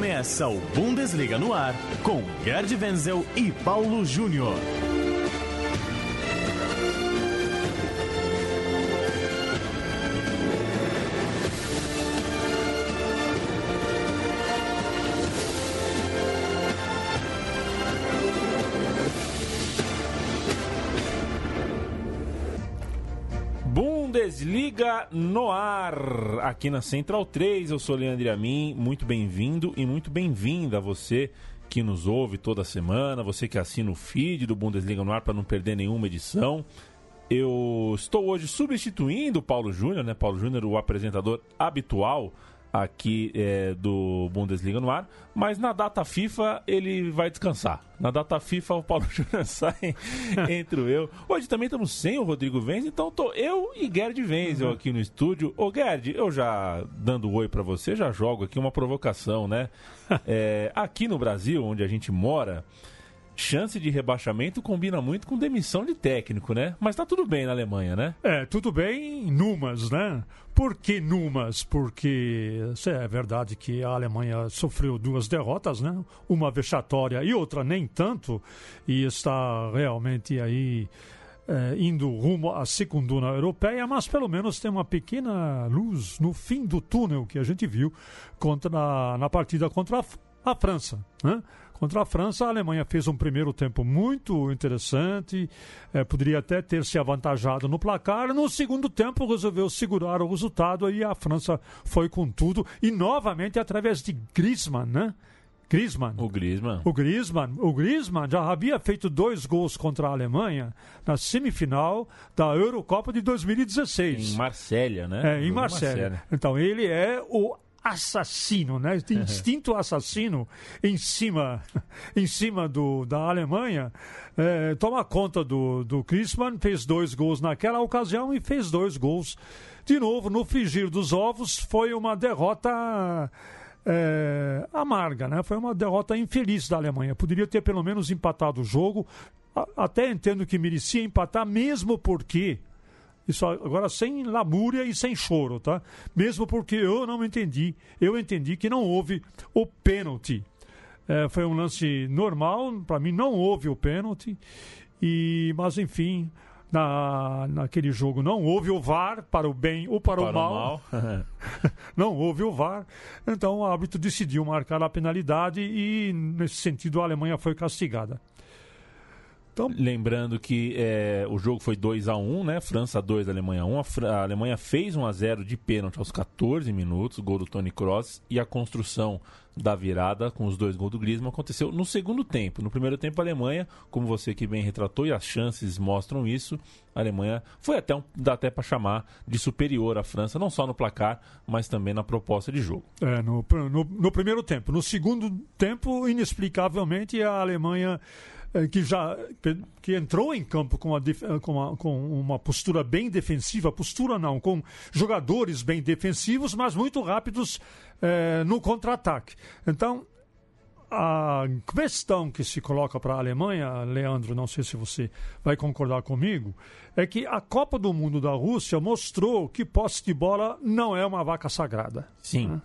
Começa o Bundesliga no ar com Gerd Wenzel e Paulo Júnior. Bundesliga no ar, aqui na Central 3, eu sou Leandro Amin, muito bem-vindo e muito bem-vinda a você que nos ouve toda semana, você que assina o feed do Bundesliga no ar para não perder nenhuma edição. Eu estou hoje substituindo o Paulo Júnior, né? Paulo Júnior, o apresentador habitual aqui do Bundesliga no ar, mas na data FIFA ele vai descansar. Na data FIFA o Paulo Júnior sai, entro eu. Hoje também estamos sem o Rodrigo Wenzel, então estou eu e Gerd Wenzel aqui no estúdio. Ô Gerd, eu já dando oi para você, já jogo aqui uma provocação, né? Aqui no Brasil, onde a gente mora, chance de rebaixamento combina muito com demissão de técnico, né? Mas tá tudo bem na Alemanha, né? Tudo bem numas, né? Por que numas? Porque é verdade que a Alemanha sofreu duas derrotas, né? Uma vexatória e outra nem tanto, e está realmente aí indo rumo à segundona europeia, mas pelo menos tem uma pequena luz no fim do túnel que a gente viu na partida contra a França, né? Contra a França, a Alemanha fez um primeiro tempo muito interessante, poderia até ter se avantajado no placar. No segundo tempo, resolveu segurar o resultado e a França foi com tudo. E novamente através de Griezmann, né? O Griezmann já havia feito 2 gols contra a Alemanha na semifinal da Eurocopa de 2016. Em Marsella, né? Em Marsella. Então ele é o assassino, né? Instinto assassino em cima da Alemanha, toma conta do Griezmann, fez 2 gols naquela ocasião e fez 2 gols de novo no frigir dos ovos. Foi uma derrota amarga, né? Foi uma derrota infeliz da Alemanha. Poderia ter pelo menos empatado o jogo, até entendo que merecia empatar, mesmo porque isso agora sem lamúria e sem choro, tá? Mesmo porque eu não entendi. Eu entendi que não houve o pênalti. Foi um lance normal, para mim não houve o pênalti. Mas enfim, naquele jogo não houve o VAR, para o bem ou para o mal. Não houve o VAR. Então o árbitro decidiu marcar a penalidade e nesse sentido a Alemanha foi castigada. Então, lembrando que o jogo foi 2-1, né? França 2, Alemanha 1. A Alemanha fez 1-0 de pênalti aos 14 minutos, gol do Toni Kroos, e a construção da virada com os 2 gols do Griezmann aconteceu no segundo tempo. No primeiro tempo, a Alemanha, como você que bem retratou, e as chances mostram isso, a Alemanha foi dá até para chamar de superior à França, não só no placar, mas também na proposta de jogo. No primeiro tempo. No segundo tempo, inexplicavelmente, a Alemanha que entrou em campo com uma postura bem defensiva, com jogadores bem defensivos, mas muito rápidos no contra-ataque. Então, a questão que se coloca para a Alemanha, Leandro, não sei se você vai concordar comigo, é que a Copa do Mundo da Rússia mostrou que posse de bola não é uma vaca sagrada. Sim.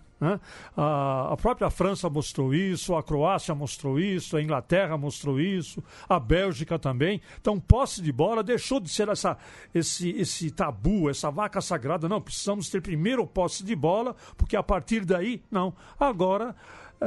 A própria França mostrou isso, a Croácia mostrou isso, a Inglaterra mostrou isso, a Bélgica também. Então, posse de bola deixou de ser esse tabu, essa vaca sagrada. Não, precisamos ter primeiro posse de bola, porque a partir daí, não. Agora,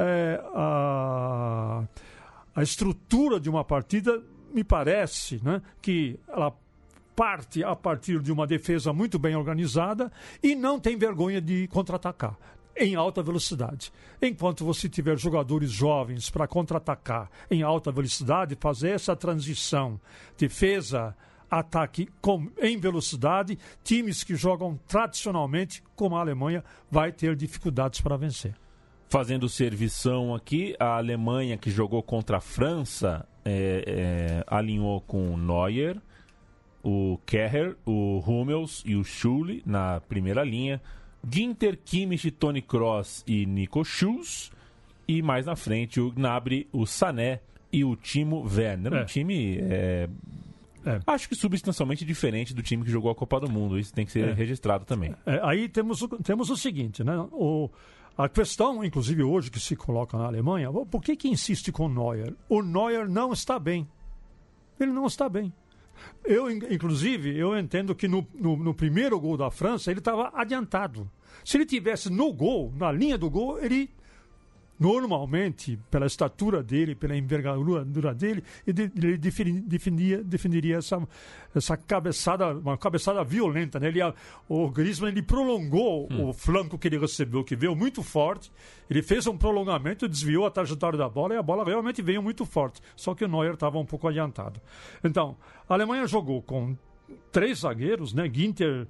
a estrutura de uma partida, me parece, né, que ela parte a partir de uma defesa muito bem organizada e não tem vergonha de contra-atacar em alta velocidade. Enquanto você tiver jogadores jovens para contra-atacar em alta velocidade, fazer essa transição defesa, ataque em velocidade, times que jogam tradicionalmente, como a Alemanha, vai ter dificuldades para vencer. Fazendo servição aqui, a Alemanha que jogou contra a França alinhou com o Neuer, o Kehrer, o Hummels e o Schürrle na primeira linha, Ginter, Kimmich, Toni Kroos e Nico Schulz, e mais na frente o Gnabry, o Sané e o Timo Werner. Um time acho que substancialmente diferente do time que jogou a Copa do Mundo. Isso tem que ser registrado também. Aí temos o seguinte, né? A questão, inclusive hoje, que se coloca na Alemanha, por que insiste com o Neuer? O Neuer não está bem. Ele não está bem. Inclusive, eu entendo que no primeiro gol da França, ele estava adiantado. Se ele tivesse no gol, na linha do gol, ele normalmente, pela estatura dele, pela envergadura dele, ele defenderia essa cabeçada, uma cabeçada violenta, né? O Griezmann, ele prolongou o flanco que ele recebeu, que veio muito forte, ele fez um prolongamento, desviou a trajetória da bola e a bola realmente veio muito forte, só que o Neuer estava um pouco adiantado. Então, a Alemanha jogou com 3 zagueiros, né? Ginter,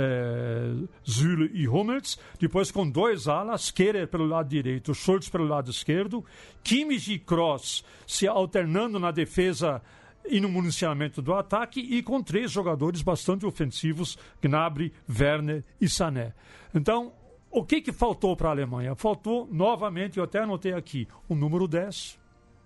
Süle e Hummels, depois com 2 alas, Kehrer pelo lado direito, Schultz pelo lado esquerdo, Kimmich e Kroos se alternando na defesa e no municiamento do ataque, e com 3 jogadores bastante ofensivos, Gnabry, Werner e Sané. Então, o que faltou para a Alemanha? Faltou, novamente, eu até anotei aqui, o número 10,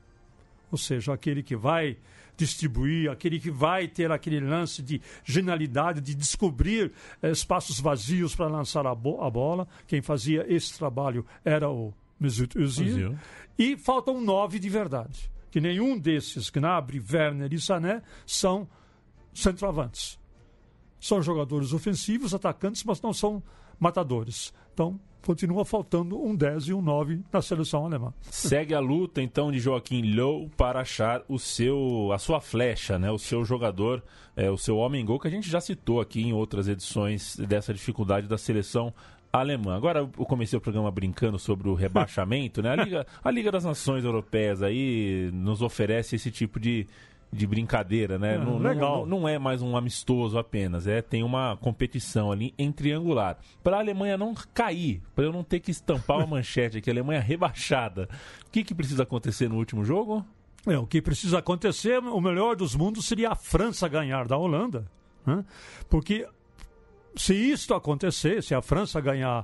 ou seja, aquele que vai distribuir, aquele que vai ter aquele lance de genialidade, de descobrir espaços vazios para lançar a bola. Quem fazia esse trabalho era o Mesut Özil. E faltam 9 de verdade. Que nenhum desses, Gnabry, Werner e Sané, são centroavantes. São jogadores ofensivos, atacantes, mas não são matadores. Então, continua faltando um 10 e um 9 na seleção alemã. Segue a luta, então, de Joachim Löw para achar a sua flecha, né? O seu jogador, o seu homem-gol, que a gente já citou aqui em outras edições dessa dificuldade da seleção alemã. Agora, eu comecei o programa brincando sobre o rebaixamento, né? A Liga das Nações Europeias aí nos oferece esse tipo de brincadeira, né? Não é mais um amistoso apenas, tem uma competição ali em triangular. Para a Alemanha não cair, para eu não ter que estampar uma manchete aqui, a Alemanha rebaixada, o que precisa acontecer no último jogo? O que precisa acontecer, o melhor dos mundos seria a França ganhar da Holanda, né? Porque se isto acontecer, se a França ganhar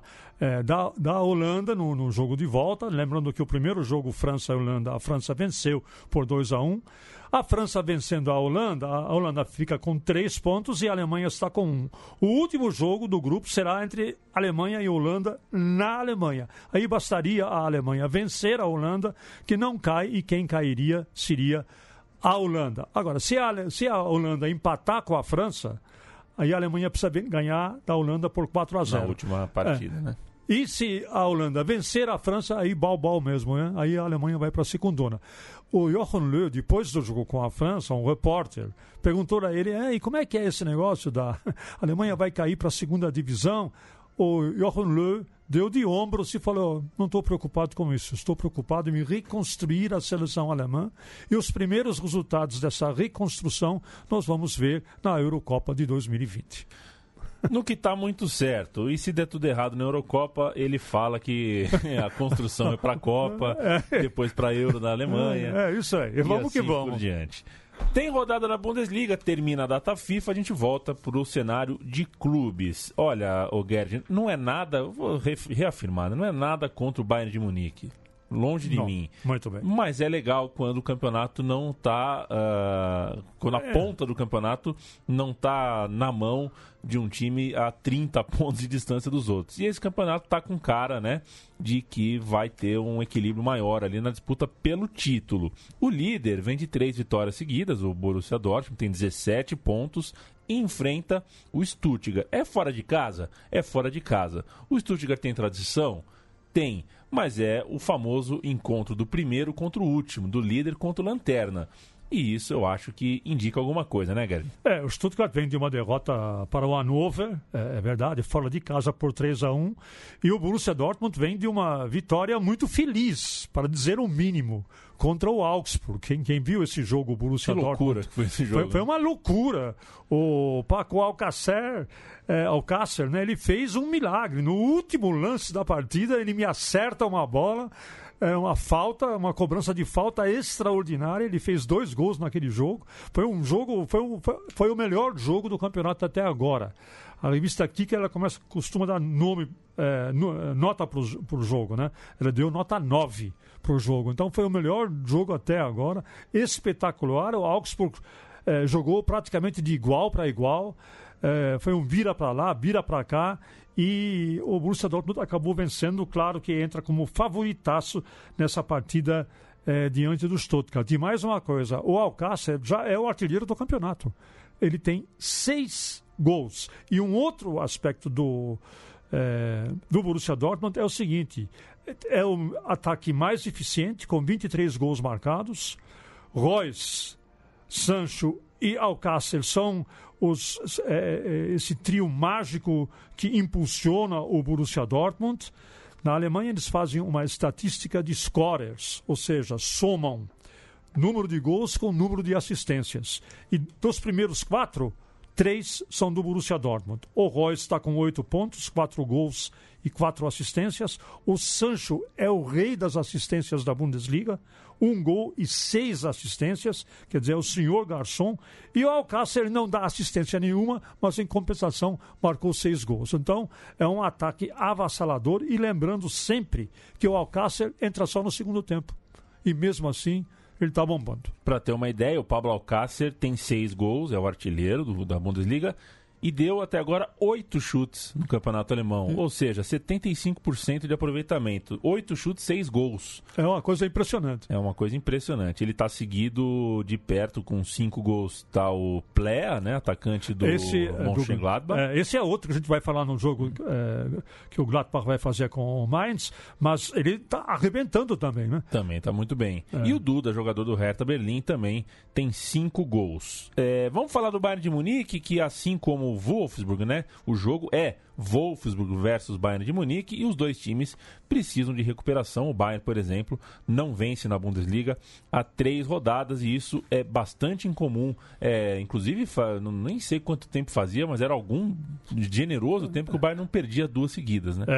da Holanda no jogo de volta, lembrando que o primeiro jogo França-Holanda, a França venceu por 2-1, a França vencendo a Holanda fica com 3 pontos e a Alemanha está com 1. O último jogo do grupo será entre Alemanha e Holanda na Alemanha. Aí bastaria a Alemanha vencer a Holanda, que não cai, e quem cairia seria a Holanda. Agora, se a Holanda empatar com a França, aí a Alemanha precisa ganhar da Holanda por 4-0. Na última partida, né? E se a Holanda vencer a França, aí bal mesmo, né? Aí a Alemanha vai para a segundona. O Joachim Löw, depois do jogo com a França, um repórter, perguntou a ele, e como é que é esse negócio da Alemanha vai cair para a segunda divisão? O Joachim Löw deu de ombros e falou, não estou preocupado com isso, estou preocupado em me reconstruir a seleção alemã, e os primeiros resultados dessa reconstrução nós vamos ver na Eurocopa de 2020. No que está muito certo. E se der tudo errado na Eurocopa, ele fala que a construção é para a Copa, depois para a Euro da Alemanha. Isso aí. Vamos assim que vamos. Por diante. Tem rodada na Bundesliga, termina a data FIFA, a gente volta para o cenário de clubes. Olha, Gerd, não é nada, vou reafirmar, não é nada contra o Bayern de Munique. Longe de mim. Muito bem. Mas é legal quando o campeonato não está... quando a ponta do campeonato não está na mão de um time a 30 pontos de distância dos outros. E esse campeonato está com cara, né, de que vai ter um equilíbrio maior ali na disputa pelo título. O líder vem de 3 vitórias seguidas, o Borussia Dortmund tem 17 pontos e enfrenta o Stuttgart. É fora de casa? É fora de casa. O Stuttgart tem tradição? Tem, mas é o famoso encontro do primeiro contra o último, do líder contra o lanterna. E isso eu acho que indica alguma coisa, né, Gerd? O Stuttgart vem de uma derrota para o Hannover, é verdade, fora de casa por 3-1. E o Borussia Dortmund vem de uma vitória muito feliz, para dizer o mínimo, contra o Augsburg. Quem viu esse jogo, o Borussia Dortmund... Que loucura que foi esse jogo. Foi uma loucura. O Paco Alcácer, né, ele fez um milagre. No último lance da partida, ele me acerta uma bola... uma falta, uma cobrança de falta extraordinária. Ele fez 2 gols naquele jogo. Foi o melhor jogo do campeonato até agora. A revista Kicker, ela costuma dar nota para o jogo, né? Ela deu nota 9 para o jogo. Então foi o melhor jogo até agora. Espetacular. O Augsburg jogou praticamente de igual para igual. foi um vira para lá, vira para cá, e o Borussia Dortmund acabou vencendo, claro que entra como favoritaço nessa partida diante do Stuttgart. E mais uma coisa, o Alcácer já é o artilheiro do campeonato. Ele tem 6 gols. E um outro aspecto do Borussia Dortmund é o seguinte, é o ataque mais eficiente, com 23 gols marcados. Reus, Sancho e Alcácer são esse trio mágico que impulsiona o Borussia Dortmund. Na Alemanha eles fazem uma estatística de scorers, ou seja, somam número de gols com número de assistências. E dos primeiros 4, 3 são do Borussia Dortmund. O Reus está com 8 pontos, 4 gols e 4 assistências. O Sancho é o rei das assistências da Bundesliga, 1 gol e 6 assistências, quer dizer, é o senhor garçom. E o Alcácer não dá assistência nenhuma, mas em compensação marcou 6 gols. Então, é um ataque avassalador, e lembrando sempre que o Alcácer entra só no segundo tempo. E mesmo assim, ele está bombando. Para ter uma ideia, o Pablo Alcácer tem 6 gols, é o artilheiro da Bundesliga, e deu até agora 8 chutes no campeonato alemão. Ou seja, 75% de aproveitamento. 8 chutes, 6 gols. É uma coisa impressionante. É uma coisa impressionante. Ele está seguido de perto com 5 gols. Está o Plea, né, atacante do Mönchengladbach. Esse é outro que a gente vai falar no jogo que o Gladbach vai fazer com o Mainz, mas ele está arrebentando também, né? Também está muito bem. E o Duda, jogador do Hertha Berlim, também tem 5 gols. Vamos falar do Bayern de Munique, que assim como o Wolfsburg, né? O jogo é Wolfsburg versus Bayern de Munique, e os dois times precisam de recuperação. O Bayern, por exemplo, não vence na Bundesliga há 3 rodadas, e isso é bastante incomum. Inclusive, nem sei quanto tempo fazia, mas era algum generoso tempo que o Bayern não perdia 2 seguidas, né?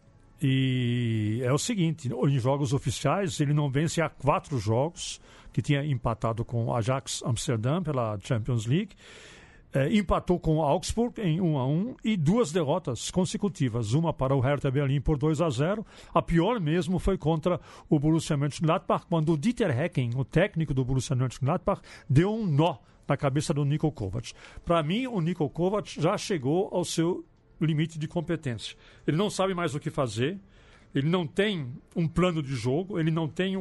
E é o seguinte, em jogos oficiais ele não vence há 4 jogos, que tinha empatado com o Ajax Amsterdã pela Champions League. Empatou com o Augsburg em 1-1 e 2 derrotas consecutivas. Uma para o Hertha Berlim por 2-0. A pior mesmo foi contra o Borussia Mönchengladbach, quando o Dieter Hecking, o técnico do Borussia Mönchengladbach, deu um nó na cabeça do Niko Kovac. Para mim, o Niko Kovac já chegou ao seu limite de competência. Ele não sabe mais o que fazer, ele não tem um plano de jogo, ele não tem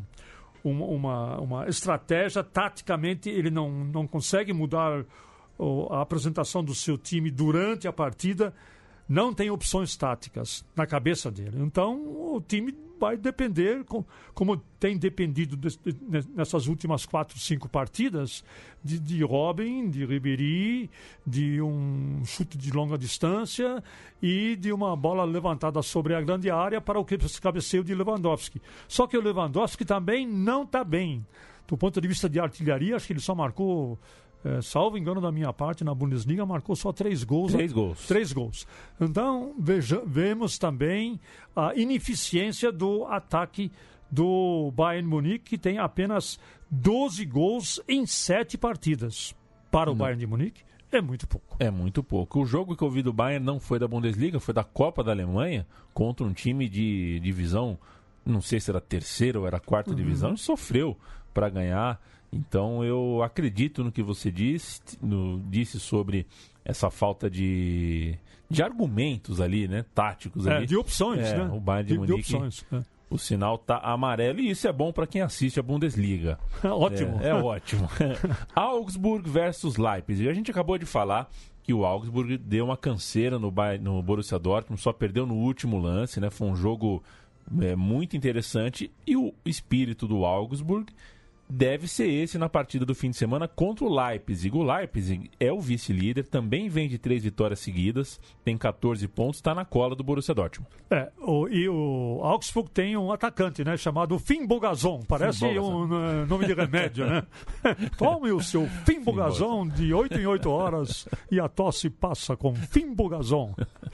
uma estratégia. Taticamente, ele não consegue mudar a apresentação do seu time durante a partida, não tem opções táticas na cabeça dele. Então, o time vai depender, como tem dependido nessas últimas 4, 5 partidas, de Robben, de Ribéry, de um chute de longa distância e de uma bola levantada sobre a grande área para o cabeceio de Lewandowski. Só que o Lewandowski também não está bem. Do ponto de vista de artilharia, acho que ele só marcou... salvo engano da minha parte, na Bundesliga marcou só 3 gols. 3 gols. Então, vemos também a ineficiência do ataque do Bayern Munique, que tem apenas 12 gols em 7 partidas. Para o Bayern de Munique, é muito pouco. É muito pouco. O jogo que eu vi do Bayern não foi da Bundesliga, foi da Copa da Alemanha, contra um time de divisão, não sei se era 3ª ou era 4ª divisão, e sofreu para ganhar. Então eu acredito no que você disse sobre essa falta de argumentos ali, né? Táticos ali. De opções, né? O Bayern de Munique, opções, o sinal tá amarelo, e isso é bom para quem assiste a Bundesliga. Ótimo. É ótimo. Augsburg versus Leipzig. A gente acabou de falar que o Augsburg deu uma canseira no Borussia Dortmund, só perdeu no último lance, né? Foi um jogo muito interessante, e o espírito do Augsburg deve ser esse na partida do fim de semana contra o Leipzig. O Leipzig é o vice-líder, também vem de 3 vitórias seguidas, tem 14 pontos, está na cola do Borussia Dortmund. E o Augsburg tem um atacante, né, chamado Fimbogazon. Parece um nome de remédio, né? Tome o seu Fimbogazon de 8 em 8 horas e a tosse passa com Fimbogazon.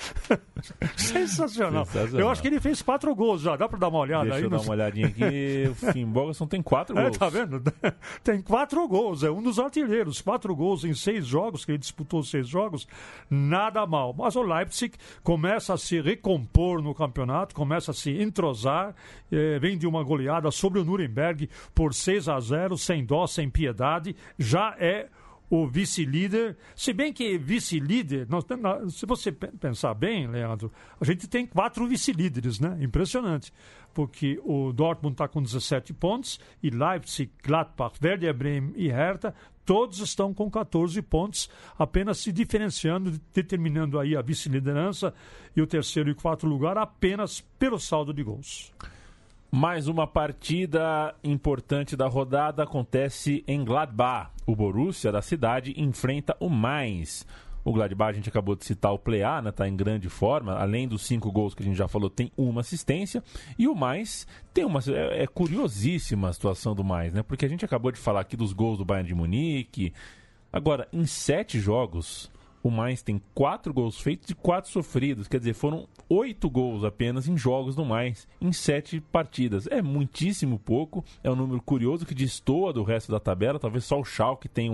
Sensacional. Eu acho que ele fez 4 gols já, dá para dar uma olhada aí? Deixa eu dar uma olhadinha aqui. O Fimbogazon tem 4 gols. Tá vendo? Tem 4 gols, é um dos artilheiros. 4 gols em 6 jogos, que ele disputou 6 jogos, nada mal. Mas o Leipzig começa a se recompor no campeonato, começa a se entrosar, vem de uma goleada sobre o Nuremberg por 6-0, sem dó, sem piedade. Já é o vice-líder, se bem que vice-líder, se você pensar bem, Leandro, a gente tem 4 vice-líderes, né? Impressionante, porque o Dortmund está com 17 pontos e Leipzig, Gladbach, Werder Bremen e Hertha, todos estão com 14 pontos, apenas se diferenciando, determinando aí a vice-liderança e o terceiro e quarto lugar apenas pelo saldo de gols. Mais uma partida importante da rodada acontece em Gladbach. O Borussia da cidade enfrenta o Mainz. O Gladbach, a gente acabou de citar o Plea, né? Está em grande forma. Além dos 5 gols que a gente já falou, tem uma assistência. E o Mainz tem uma... É curiosíssima a situação do Mainz, né? Porque a gente acabou de falar aqui dos gols do Bayern de Munique. Agora, em 7 jogos, o Mainz tem 4 gols feitos e 4 sofridos. Quer dizer, foram 8 gols apenas em jogos do Mainz, em 7 partidas. É muitíssimo pouco. É um número curioso que destoa do resto da tabela. Talvez só o Schalke tenha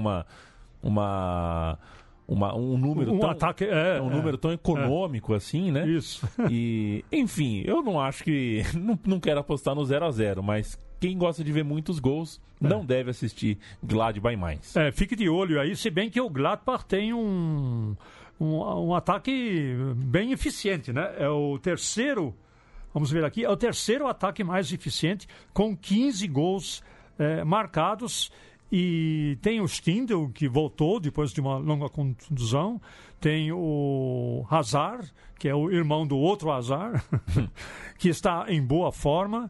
um número número tão econômico assim, né? Isso. E, enfim, eu não acho que... Não quero apostar no 0-0, mas quem gosta de ver muitos gols não deve assistir Gladbach e Mainz. Fique de olho aí, se bem que o Gladbach tem um ataque bem eficiente, né? É o terceiro, vamos ver aqui, é o terceiro ataque mais eficiente, com 15 gols marcados. E tem o Stindl, que voltou depois de uma longa contusão. Tem o Hazard, que é o irmão do outro Hazard, que está em boa forma.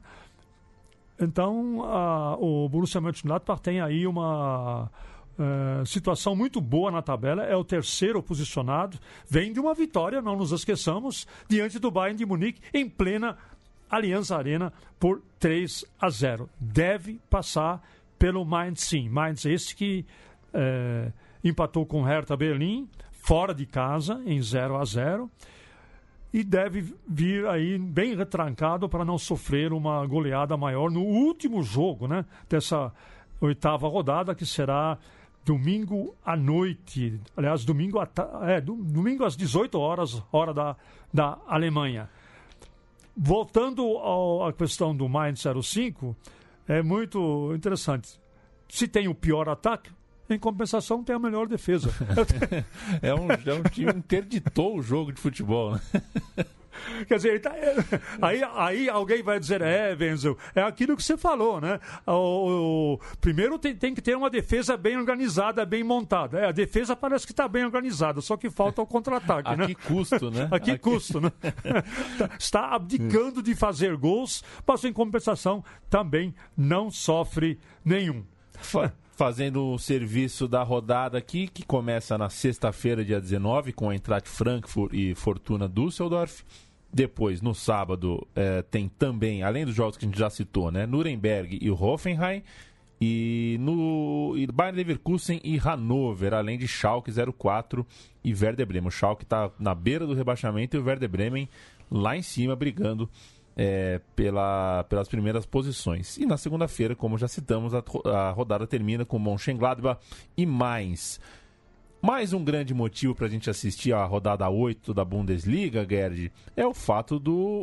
Então, o Borussia Mönchengladbach tem aí uma situação muito boa na tabela. É o terceiro posicionado. Vem de uma vitória, não nos esqueçamos, diante do Bayern de Munique, em plena Allianz Arena, por 3-0. Deve passar pelo Mainz, sim. Mainz esse que empatou com Hertha Berlim, fora de casa, em 0-0. E deve vir aí bem retrancado para não sofrer uma goleada maior no último jogo, né, dessa 8ª rodada, que será domingo à noite. Aliás, domingo às 18 horas, hora da Alemanha. Voltando à questão do Mainz 05, é muito interessante. Se tem o pior ataque, em compensação tem a melhor defesa. É um time que interditou o jogo de futebol, né? Quer dizer, aí alguém vai dizer, Wenzel, é aquilo que você falou, né? Primeiro tem que ter uma defesa bem organizada, bem montada. A defesa parece que está bem organizada, só que falta o contra-ataque, né? A que custo, né? A que custo, né? Está abdicando de fazer gols, mas em compensação também não sofre nenhum. Fazendo o serviço da rodada aqui, que começa na sexta-feira, dia 19, com a Eintracht Frankfurt e Fortuna Düsseldorf. Depois, no sábado, tem também, além dos jogos que a gente já citou, né, Nuremberg e Hoffenheim, e Bayer Leverkusen e Hannover, além de Schalke 04 e Werder Bremen. O Schalke está na beira do rebaixamento e o Werder Bremen lá em cima, brigando pelas primeiras posições. E na segunda-feira, como já citamos, a rodada termina com Mönchengladbach e Mainz. Mais um grande motivo para a gente assistir a rodada 8 da Bundesliga, Gerd, é o fato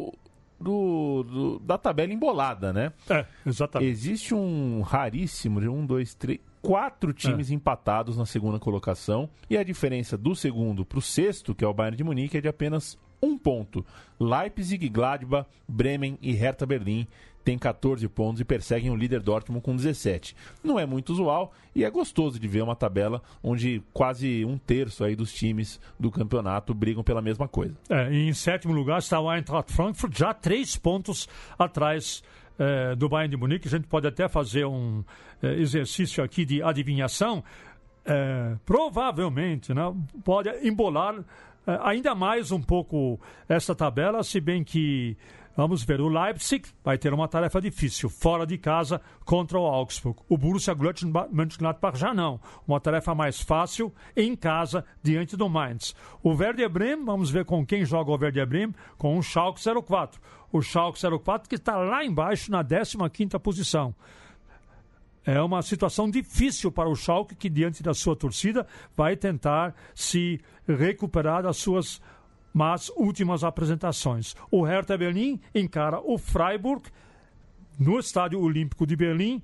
da tabela embolada, né? Exatamente. Existe um raríssimo, 4 times empatados na segunda colocação, e a diferença do segundo para o sexto, que é o Bayern de Munique, é de apenas 1 ponto. Leipzig, Gladbach, Bremen e Hertha Berlim têm 14 pontos e perseguem o líder Dortmund com 17. Não é muito usual e é gostoso de ver uma tabela onde quase 1/3 aí dos times do campeonato brigam pela mesma coisa. Em 7º lugar está o Eintracht Frankfurt, já 3 pontos atrás do Bayern de Munique. A gente pode até fazer um exercício aqui de adivinhação. Provavelmente, né, pode embolar ainda mais um pouco essa tabela, se bem que, vamos ver, o Leipzig vai ter uma tarefa difícil, fora de casa contra o Augsburg. O Borussia Mönchengladbach já não. Uma tarefa mais fácil em casa, diante do Mainz. O Werder Bremen, vamos ver com quem joga o Werder Bremen, com o Schalke 04. O Schalke 04 que está lá embaixo na 15ª posição. É uma situação difícil para o Schalke, que diante da sua torcida vai tentar se recuperar das suas más últimas apresentações. O Hertha Berlim encara o Freiburg no Estádio Olímpico de Berlim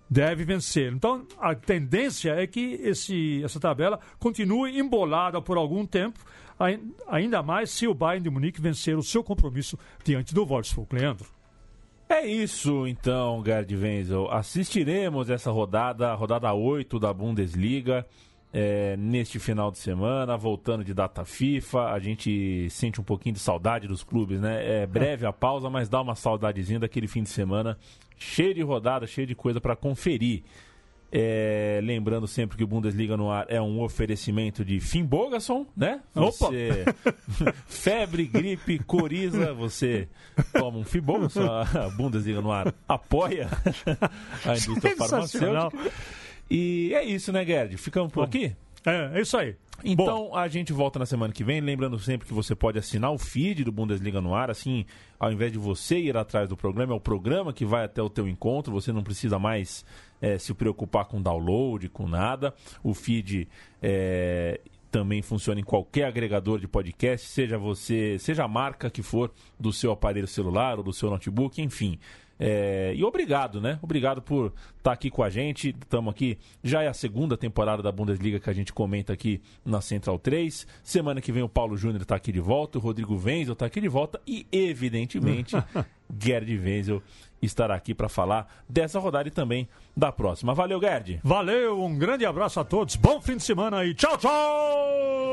deve vencer. Então, a tendência é que essa tabela continue embolada por algum tempo, ainda mais se o Bayern de Munique vencer o seu compromisso diante do Wolfsburg. Leandro. É isso, então, Gerd Wenzel. Assistiremos essa rodada 8 da Bundesliga, neste final de semana, voltando de data FIFA. A gente sente um pouquinho de saudade dos clubes, né? É breve a pausa, mas dá uma saudadezinha daquele fim de semana cheio de rodada, cheio de coisa para conferir. Lembrando sempre que o Bundesliga no ar é um oferecimento de Finn Bogason, né? Você febre, gripe, coriza, você toma um Finn Bogason. A Bundesliga no ar apoia a indústria farmacêutica. E é isso, né, Gerd? Ficamos por aqui? É isso aí. Então, a gente volta na semana que vem. Lembrando sempre que você pode assinar o feed do Bundesliga no ar. Assim, ao invés de você ir atrás do programa, é o programa que vai até o teu encontro. Você não precisa mais se preocupar com download, com nada. O feed também funciona em qualquer agregador de podcast, seja a marca que for do seu aparelho celular ou do seu notebook, enfim. E obrigado, né? Obrigado por estar aqui com a gente. Estamos aqui, já é a segunda temporada da Bundesliga que a gente comenta aqui na Central 3. Semana que vem o Paulo Júnior está aqui de volta, o Rodrigo Wenzel está aqui de volta e, evidentemente, Gerd Wenzel estará aqui para falar dessa rodada e também da próxima. Valeu, Gerd! Valeu, um grande abraço a todos, bom fim de semana e tchau, tchau!